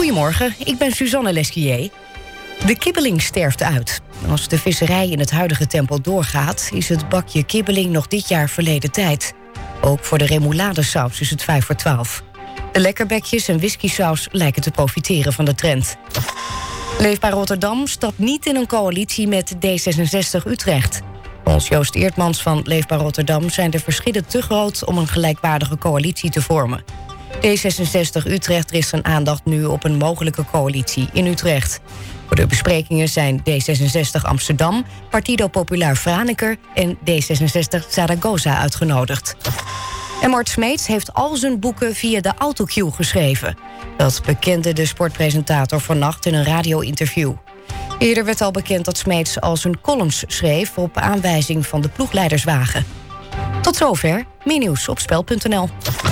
Goedemorgen, ik ben Suzanne Lesquier. De kibbeling sterft uit. Als de visserij in het huidige tempo doorgaat, is het bakje kibbeling nog dit jaar verleden tijd. Ook voor de remouladesaus is het 5 voor 12. De lekkerbekjes en whiskysaus lijken te profiteren van de trend. Leefbaar Rotterdam stapt niet in een coalitie met D66 Utrecht. Volgens Joost Eertmans van Leefbaar Rotterdam zijn de verschillen te groot om een gelijkwaardige coalitie te vormen. D66 Utrecht richt zijn aandacht nu op een mogelijke coalitie in Utrecht. Voor de besprekingen zijn D66 Amsterdam, Partido Popular Franeker en D66 Zaragoza uitgenodigd. En Mart Smeets heeft al zijn boeken via de autocue geschreven. Dat bekende de sportpresentator vannacht in een radio-interview. Eerder werd al bekend dat Smeets al zijn columns schreef op aanwijzing van de ploegleiderswagen. Tot zover, meer nieuws op spel.nl.